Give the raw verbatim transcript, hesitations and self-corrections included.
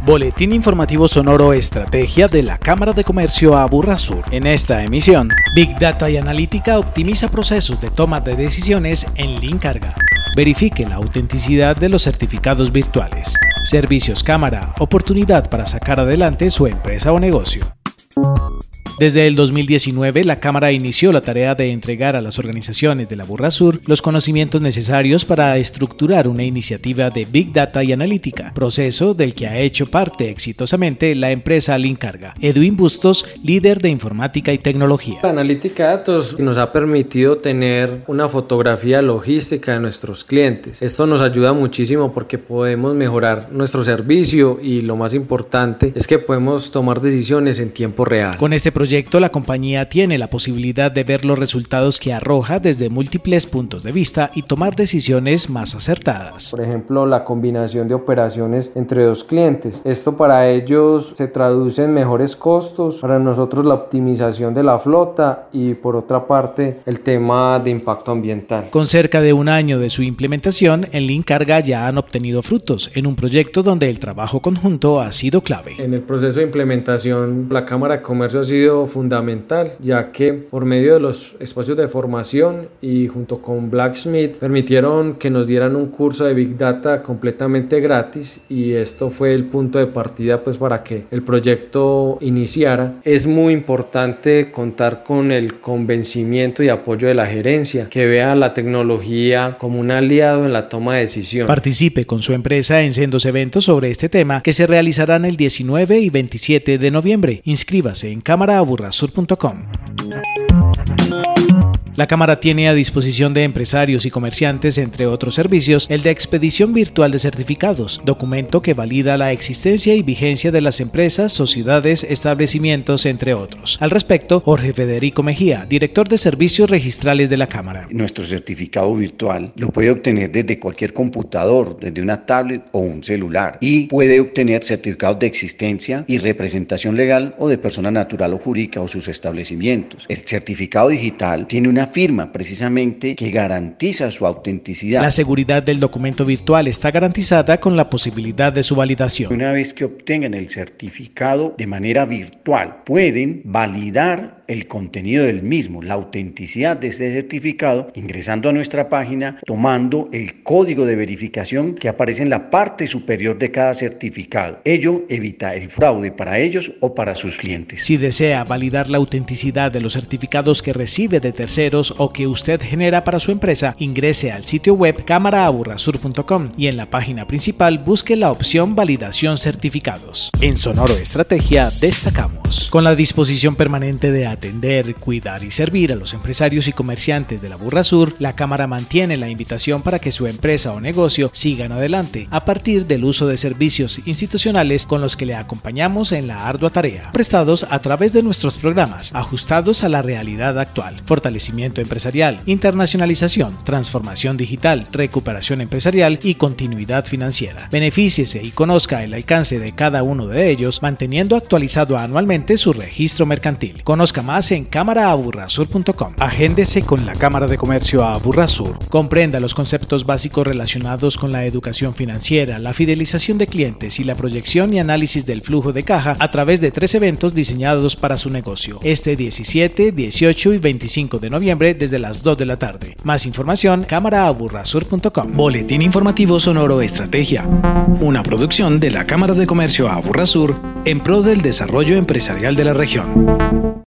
Boletín informativo sonoro estrategia de la Cámara de Comercio Aburrasur. En esta emisión, Big Data y Analítica optimiza procesos de toma de decisiones en Linkarga. Verifique la autenticidad de los certificados virtuales. Servicios Cámara, oportunidad para sacar adelante su empresa o negocio. Desde el dos mil diecinueve, la Cámara inició la tarea de entregar a las organizaciones de la Aburrasur los conocimientos necesarios para estructurar una iniciativa de Big Data y Analítica, proceso del que ha hecho parte exitosamente la empresa Linkarga. Edwin Bustos, líder de Informática y Tecnología. La analítica de datos nos ha permitido tener una fotografía logística de nuestros clientes. Esto nos ayuda muchísimo porque podemos mejorar nuestro servicio y lo más importante es que podemos tomar decisiones en tiempo real. Con este proyecto, proyecto, la compañía tiene la posibilidad de ver los resultados que arroja desde múltiples puntos de vista y tomar decisiones más acertadas. Por ejemplo, la combinación de operaciones entre dos clientes. Esto para ellos se traduce en mejores costos, para nosotros la optimización de la flota y por otra parte el tema de impacto ambiental. Con cerca de un año de su implementación, en Linkarga ya han obtenido frutos en un proyecto donde el trabajo conjunto ha sido clave. En el proceso de implementación, la Cámara de Comercio ha sido fundamental, ya que por medio de los espacios de formación y junto con Blacksmith permitieron que nos dieran un curso de Big Data completamente gratis y esto fue el punto de partida pues para que el proyecto iniciara. Es muy importante contar con el convencimiento y apoyo de la gerencia, que vea la tecnología como un aliado en la toma de decisiones. Participe con su empresa en sendos eventos sobre este tema que se realizarán el diecinueve y veintisiete de noviembre. Inscríbase en cámara aburrasur punto com. La Cámara tiene a disposición de empresarios y comerciantes, entre otros servicios, el de expedición virtual de certificados, documento que valida la existencia y vigencia de las empresas, sociedades, establecimientos, entre otros. Al respecto, Jorge Federico Mejía, director de Servicios Registrales de la Cámara. Nuestro certificado virtual lo puede obtener desde cualquier computador, desde una tablet o un celular, y puede obtener certificados de existencia y representación legal o de persona natural o jurídica o sus establecimientos. El certificado digital tiene una firma precisamente que garantiza su autenticidad. La seguridad del documento virtual está garantizada con la posibilidad de su validación. Una vez que obtengan el certificado de manera virtual, pueden validar el contenido del mismo, la autenticidad de este certificado, ingresando a nuestra página, tomando el código de verificación que aparece en la parte superior de cada certificado. Ello evita el fraude para ellos o para sus clientes. Si desea validar la autenticidad de los certificados que recibe de terceros o que usted genera para su empresa, ingrese al sitio web cámara aburrasur punto com y en la página principal busque la opción Validación Certificados. En Sonoro Estrategia destacamos: con la disposición permanente de atender, cuidar y servir a los empresarios y comerciantes de la Aburrasur, la Cámara mantiene la invitación para que su empresa o negocio sigan adelante a partir del uso de servicios institucionales con los que le acompañamos en la ardua tarea, prestados a través de nuestros programas, ajustados a la realidad actual: fortalecimiento empresarial, internacionalización, transformación digital, recuperación empresarial y continuidad financiera. Benefíciese y conozca el alcance de cada uno de ellos, manteniendo actualizado anualmente su registro mercantil. Conozca más en cámara aburrasur punto com. Agéndese con la Cámara de Comercio Aburrasur. Comprenda los conceptos básicos relacionados con la educación financiera, la fidelización de clientes y la proyección y análisis del flujo de caja a través de tres eventos diseñados para su negocio. Este diecisiete, dieciocho y veinticinco de noviembre desde las dos de la tarde. Más información, cámara aburrasur punto com. Boletín informativo sonoro estrategia. Una producción de la Cámara de Comercio Aburrasur en pro del desarrollo empresarial de la región.